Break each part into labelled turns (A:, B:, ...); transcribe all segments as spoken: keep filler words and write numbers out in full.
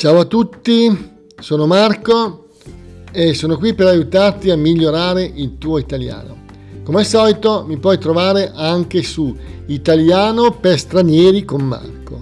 A: Ciao a tutti, sono Marco e sono qui per aiutarti a migliorare il tuo italiano. Come al solito mi puoi trovare anche su Italiano per Stranieri con Marco.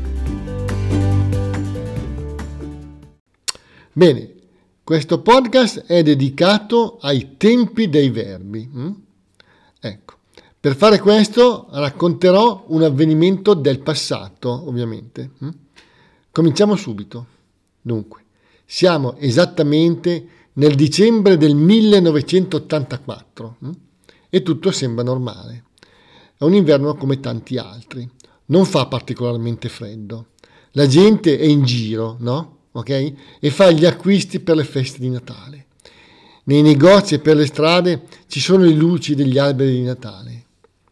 A: Bene, questo podcast è dedicato ai tempi dei verbi. Mm? Ecco, per fare questo racconterò un avvenimento del passato, ovviamente. Mm? Cominciamo subito. Dunque, siamo esattamente nel dicembre del millenovecentottantaquattro hm? e tutto sembra normale. È un inverno come tanti altri. Non fa particolarmente freddo. La gente è in giro, no? Ok? E fa gli acquisti per le feste di Natale. Nei negozi e per le strade ci sono le luci degli alberi di Natale.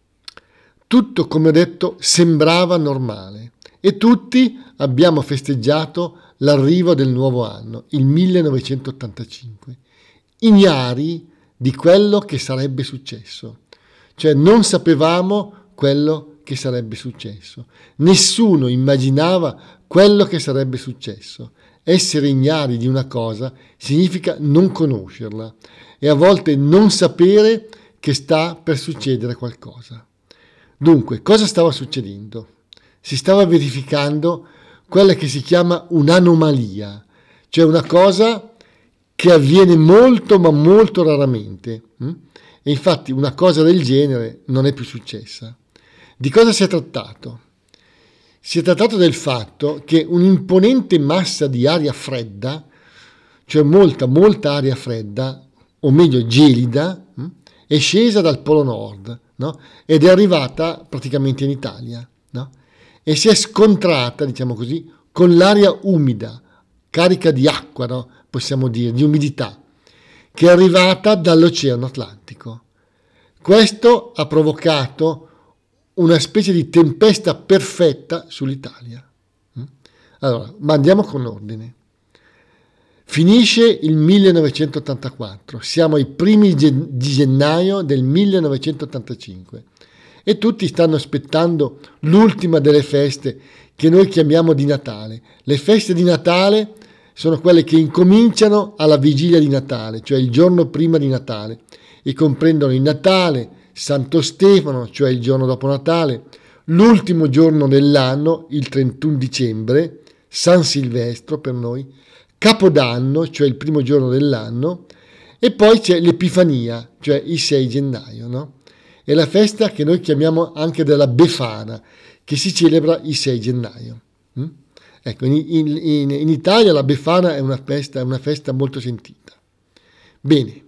A: Tutto, come ho detto, sembrava normale. E tutti abbiamo festeggiato l'arrivo del nuovo anno, il millenovecentottantacinque, ignari di quello che sarebbe successo. Cioè non sapevamo quello che sarebbe successo. Nessuno immaginava quello che sarebbe successo. Essere ignari di una cosa significa non conoscerla e a volte non sapere che sta per succedere qualcosa. Dunque, cosa stava succedendo? Si stava verificando quella che si chiama un'anomalia, cioè una cosa che avviene molto ma molto raramente. Hm? E infatti una cosa del genere non è più successa. Di cosa si è trattato? Si è trattato del fatto che un'imponente massa di aria fredda, cioè molta, molta aria fredda, o meglio gelida, hm? è scesa dal Polo Nord, no? Ed è arrivata praticamente in Italia, no? E si è scontrata, diciamo così, con l'aria umida, carica di acqua, no? Possiamo dire, di umidità, che è arrivata dall'Oceano Atlantico. Questo ha provocato una specie di tempesta perfetta sull'Italia. Allora, ma andiamo con ordine. Finisce il millenovecentottantaquattro, siamo ai primi di gennaio del millenovecentottantacinque. E tutti stanno aspettando l'ultima delle feste che noi chiamiamo di Natale. Le feste di Natale sono quelle che incominciano alla vigilia di Natale, cioè il giorno prima di Natale, e comprendono il Natale, Santo Stefano, cioè il giorno dopo Natale, l'ultimo giorno dell'anno, il trentuno dicembre, San Silvestro per noi, Capodanno, cioè il primo giorno dell'anno, e poi c'è l'Epifania, cioè il sei gennaio, no? È la festa che noi chiamiamo anche della Befana, che si celebra il sei gennaio. Mm? Ecco, in, in, in Italia la Befana è una festa, è una festa molto sentita. Bene,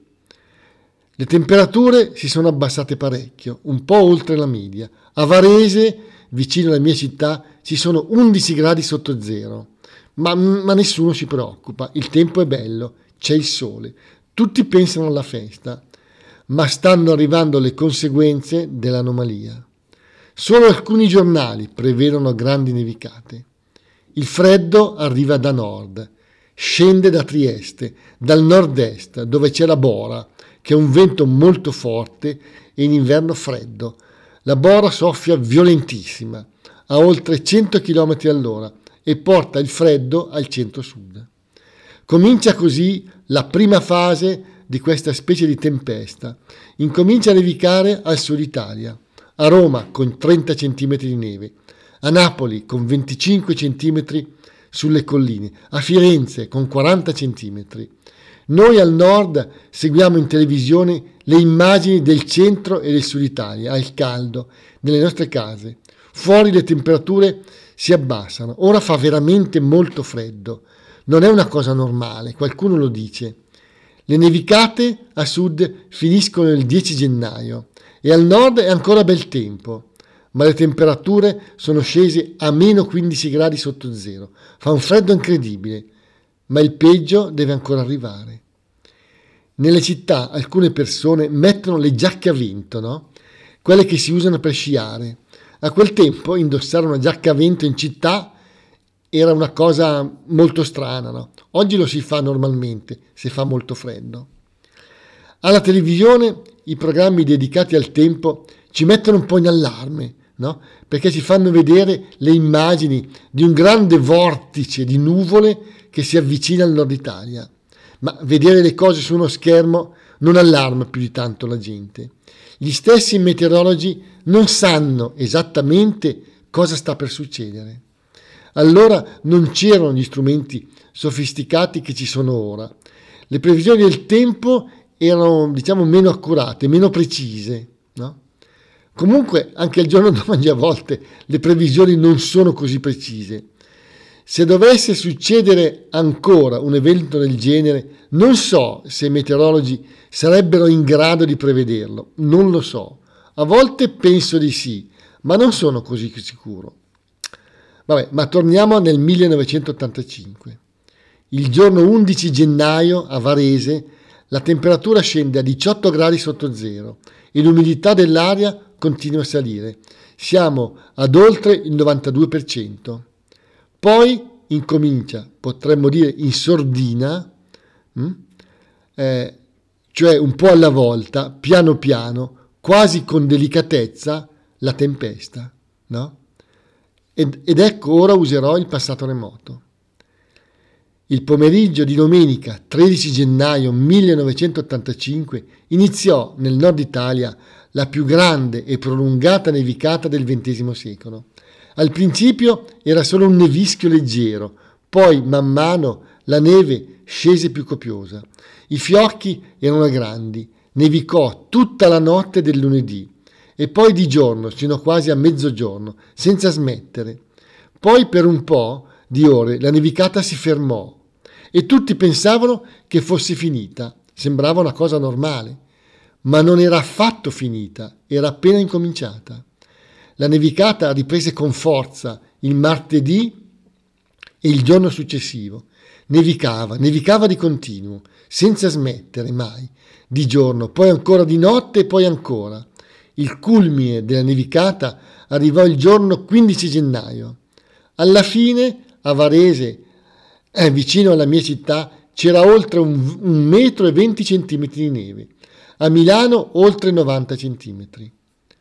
A: le temperature si sono abbassate parecchio, un po' oltre la media. A Varese, vicino alla mia città, ci sono undici gradi sotto zero, ma, ma nessuno si preoccupa, il tempo è bello, c'è il sole, tutti pensano alla festa. Ma stanno arrivando le conseguenze dell'anomalia. Solo alcuni giornali prevedono grandi nevicate. Il freddo arriva da nord, scende da Trieste, dal nord-est, dove c'è la Bora, che è un vento molto forte e in inverno freddo. La Bora soffia violentissima, a oltre cento chilometri all'ora, e porta il freddo al centro-sud. Comincia così la prima fase di questa specie di tempesta. Incomincia a nevicare al sud Italia, a Roma con trenta centimetri di neve, a Napoli con venticinque centimetri sulle colline, a Firenze con quaranta centimetri. Noi al nord seguiamo in televisione le immagini del centro e del sud Italia, al caldo, nelle nostre case. Fuori le temperature si abbassano, ora fa veramente molto freddo. Non è una cosa normale, qualcuno lo dice. Le nevicate a sud finiscono il dieci gennaio e al nord è ancora bel tempo, ma le temperature sono scese a meno quindici gradi sotto zero. Fa un freddo incredibile, ma il peggio deve ancora arrivare. Nelle città alcune persone mettono le giacche a vento, no? Quelle che si usano per sciare. A quel tempo indossare una giacca a vento in città era una cosa molto strana, no? Oggi lo si fa normalmente, se fa molto freddo. Alla televisione i programmi dedicati al tempo ci mettono un po' in allarme, no? Perché ci fanno vedere le immagini di un grande vortice di nuvole che si avvicina al nord Italia. Ma vedere le cose su uno schermo non allarma più di tanto la gente. Gli stessi meteorologi non sanno esattamente cosa sta per succedere. Allora non c'erano gli strumenti sofisticati che ci sono ora. Le previsioni del tempo erano, diciamo, meno accurate, meno precise, no? Comunque anche il giorno domani a volte le previsioni non sono così precise. Se dovesse succedere ancora un evento del genere, non so se i meteorologi sarebbero in grado di prevederlo, non lo so. A volte penso di sì, ma non sono così sicuro. Vabbè, ma torniamo nel millenovecentottantacinque. Il giorno undici gennaio a Varese la temperatura scende a diciotto gradi sotto zero e l'umidità dell'aria continua a salire. Siamo ad oltre il novantadue per cento. Poi incomincia, potremmo dire in sordina, hm? eh, cioè un po' alla volta, piano piano, quasi con delicatezza, la tempesta, no? Ed, ed ecco, ora userò il passato remoto. Il pomeriggio di domenica tredici gennaio millenovecentottantacinque iniziò nel nord Italia la più grande e prolungata nevicata del ventesimo secolo. Al principio era solo un nevischio leggero, poi man mano la neve scese più copiosa. I fiocchi erano grandi, nevicò tutta la notte del lunedì e poi di giorno fino quasi a mezzogiorno, senza smettere. Poi per un po' di ore la nevicata si fermò e tutti pensavano che fosse finita. Sembrava una cosa normale, ma non era affatto finita, era appena incominciata. La nevicata riprese con forza il martedì e il giorno successivo. Nevicava, nevicava di continuo, senza smettere mai, di giorno, poi ancora di notte e poi ancora. Il culmine della nevicata arrivò il giorno quindici gennaio. Alla fine, a Varese, eh, vicino alla mia città, c'era oltre un, un metro e venti centimetri di neve. A Milano oltre novanta centimetri.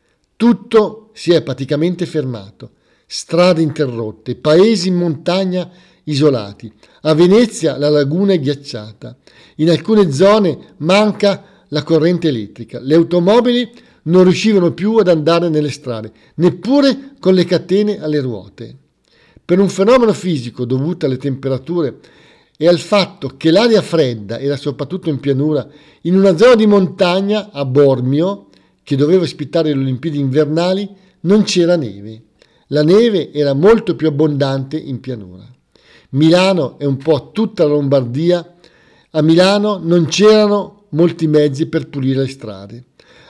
A: Tutto si è praticamente fermato. Strade interrotte, paesi in montagna isolati. A Venezia la laguna è ghiacciata. In alcune zone manca la corrente elettrica. Le automobili non riuscivano più ad andare nelle strade, neppure con le catene alle ruote. Per un fenomeno fisico dovuto alle temperature e al fatto che l'aria fredda era soprattutto in pianura, in una zona di montagna, a Bormio, che doveva ospitare le Olimpiadi invernali, non c'era neve. La neve era molto più abbondante in pianura. Milano e un po' tutta la Lombardia, a Milano non c'erano molti mezzi per pulire le strade.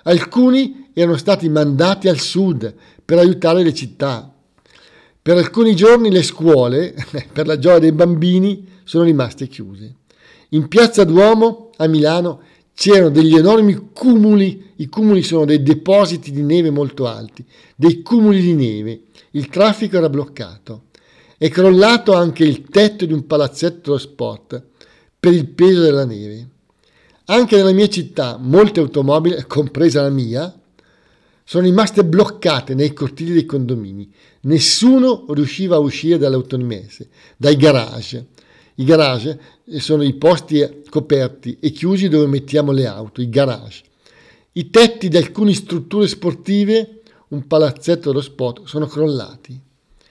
A: Alcuni erano stati mandati al sud per aiutare le città. Per alcuni giorni le scuole, per la gioia dei bambini, sono rimaste chiuse. In Piazza Duomo, a Milano, c'erano degli enormi cumuli, i cumuli sono dei depositi di neve molto alti, dei cumuli di neve, il traffico era bloccato. È crollato anche il tetto di un palazzetto dello sport per il peso della neve. Anche nella mia città molte automobili, compresa la mia, sono rimaste bloccate nei cortili dei condomini. Nessuno riusciva a uscire dalle autonomesse, dai garage. I garage sono i posti coperti e chiusi dove mettiamo le auto, i garage. I tetti di alcune strutture sportive, un palazzetto dello sport, sono crollati.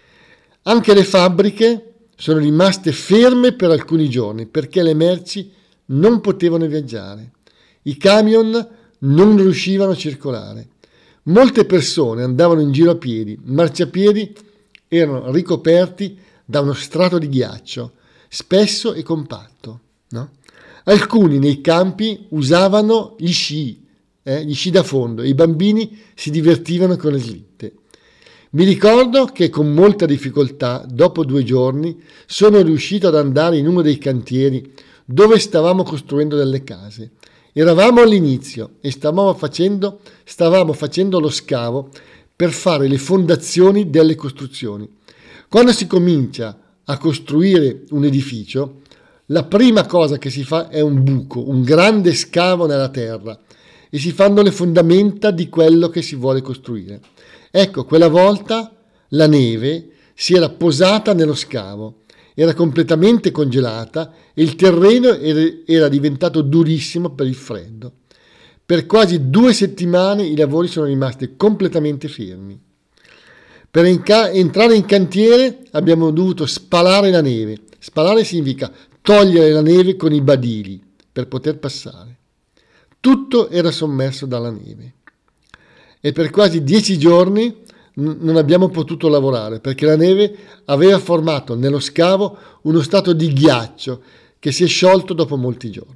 A: Anche le fabbriche sono rimaste ferme per alcuni giorni perché le merci non potevano viaggiare. I camion non riuscivano a circolare. Molte persone andavano in giro a piedi, i marciapiedi erano ricoperti da uno strato di ghiaccio, spesso e compatto, no? Alcuni nei campi usavano gli sci, eh, gli sci da fondo, e i bambini si divertivano con le slitte. Mi ricordo che con molta difficoltà, dopo due giorni, sono riuscito ad andare in uno dei cantieri dove stavamo costruendo delle case. Eravamo all'inizio e stavamo facendo, stavamo facendo lo scavo per fare le fondazioni delle costruzioni. Quando si comincia a costruire un edificio, la prima cosa che si fa è un buco, un grande scavo nella terra, e si fanno le fondamenta di quello che si vuole costruire. Ecco, quella volta la neve si era posata nello scavo, era completamente congelata e il terreno era diventato durissimo per il freddo. Per quasi due settimane i lavori sono rimasti completamente fermi. Per enca- entrare in cantiere abbiamo dovuto spalare la neve. Spalare significa togliere la neve con i badili per poter passare. Tutto era sommerso dalla neve e per quasi dieci giorni n- non abbiamo potuto lavorare perché la neve aveva formato nello scavo uno strato di ghiaccio che si è sciolto dopo molti giorni.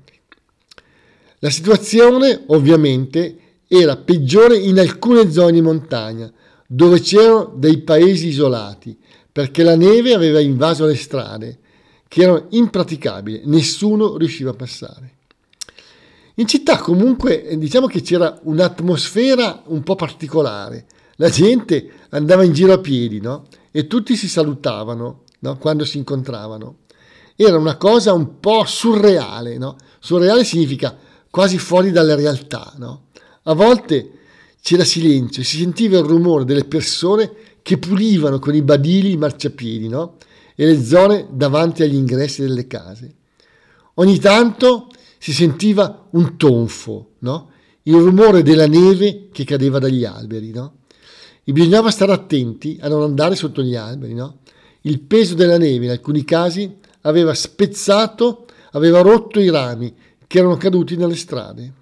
A: La situazione ovviamente era peggiore in alcune zone di montagna dove c'erano dei paesi isolati perché la neve aveva invaso le strade che erano impraticabili, nessuno riusciva a passare. In città comunque diciamo che c'era un'atmosfera un po' particolare, la gente andava in giro a piedi, no? E tutti si salutavano, no? Quando si incontravano. Era una cosa un po' surreale, no? Surreale significa quasi fuori dalla realtà, no? A volte c'era silenzio, si sentiva il rumore delle persone che pulivano con i badili i marciapiedi, no? E le zone davanti agli ingressi delle case. Ogni tanto si sentiva un tonfo, no? Il rumore della neve che cadeva dagli alberi, no? E bisognava stare attenti a non andare sotto gli alberi, no? Il peso della neve in alcuni casi aveva spezzato, aveva rotto i rami che erano caduti nelle strade.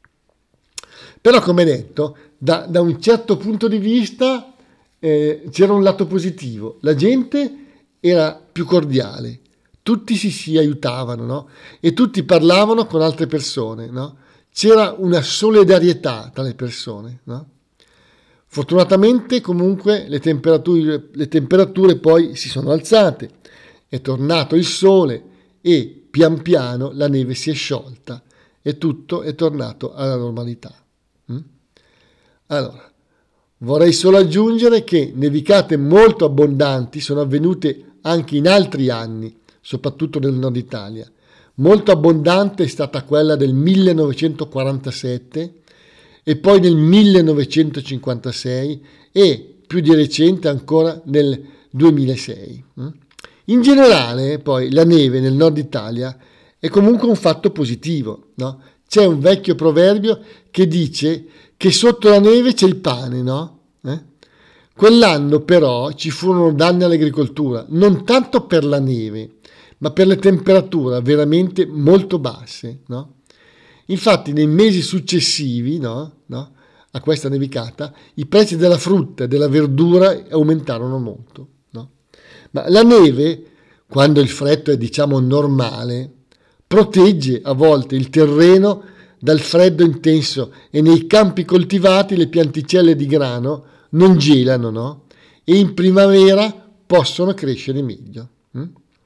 A: Però, come detto, da, da un certo punto di vista eh, c'era un lato positivo. La gente era più cordiale, tutti si, si aiutavano, no? E tutti parlavano con altre persone, no? C'era una solidarietà tra le persone, no? Fortunatamente comunque le temperature, le temperature poi si sono alzate, è tornato il sole e pian piano la neve si è sciolta e tutto è tornato alla normalità. Mm? Allora, vorrei solo aggiungere che nevicate molto abbondanti sono avvenute anche in altri anni, soprattutto nel nord Italia. Molto abbondante è stata quella del millenovecentoquarantasette e poi nel millenovecentocinquantasei e più di recente ancora nel duemilasei. In generale, poi, la neve nel nord Italia è comunque un fatto positivo, no? C'è un vecchio proverbio che dice che sotto la neve c'è il pane, no? Eh? Quell'anno però ci furono danni all'agricoltura, non tanto per la neve, ma per le temperature veramente molto basse, no? Infatti nei mesi successivi, no, no, a questa nevicata, i prezzi della frutta e della verdura aumentarono molto, no? Ma la neve, quando il freddo è diciamo normale, protegge a volte il terreno dal freddo intenso e nei campi coltivati le pianticelle di grano non gelano, no? E in primavera possono crescere meglio. Mm?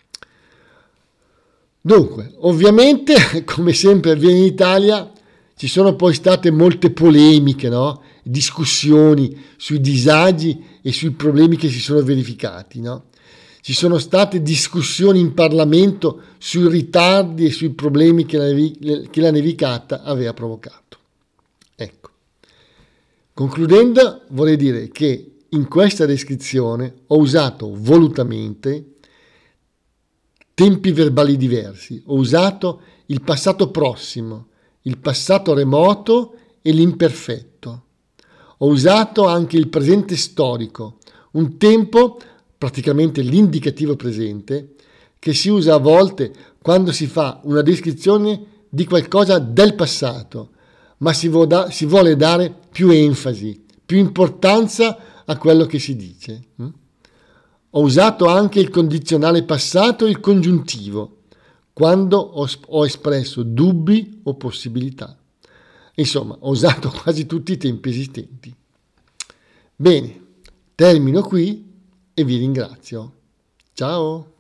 A: Dunque, ovviamente, come sempre avviene in Italia, ci sono poi state molte polemiche, no? Discussioni sui disagi e sui problemi che si sono verificati, no? Ci sono state discussioni in Parlamento sui ritardi e sui problemi che la, nevi- che la nevicata aveva provocato. Ecco. Concludendo, vorrei dire che in questa descrizione ho usato volutamente tempi verbali diversi, ho usato il passato prossimo, il passato remoto e l'imperfetto. Ho usato anche il presente storico, un tempo, praticamente l'indicativo presente, che si usa a volte quando si fa una descrizione di qualcosa del passato, ma si vuole, si vuole dare più enfasi, più importanza a quello che si dice. Ho usato anche il condizionale passato e il congiuntivo, quando ho, ho espresso dubbi o possibilità. Insomma, ho usato quasi tutti i tempi esistenti. Bene, termino qui e vi ringrazio. Ciao!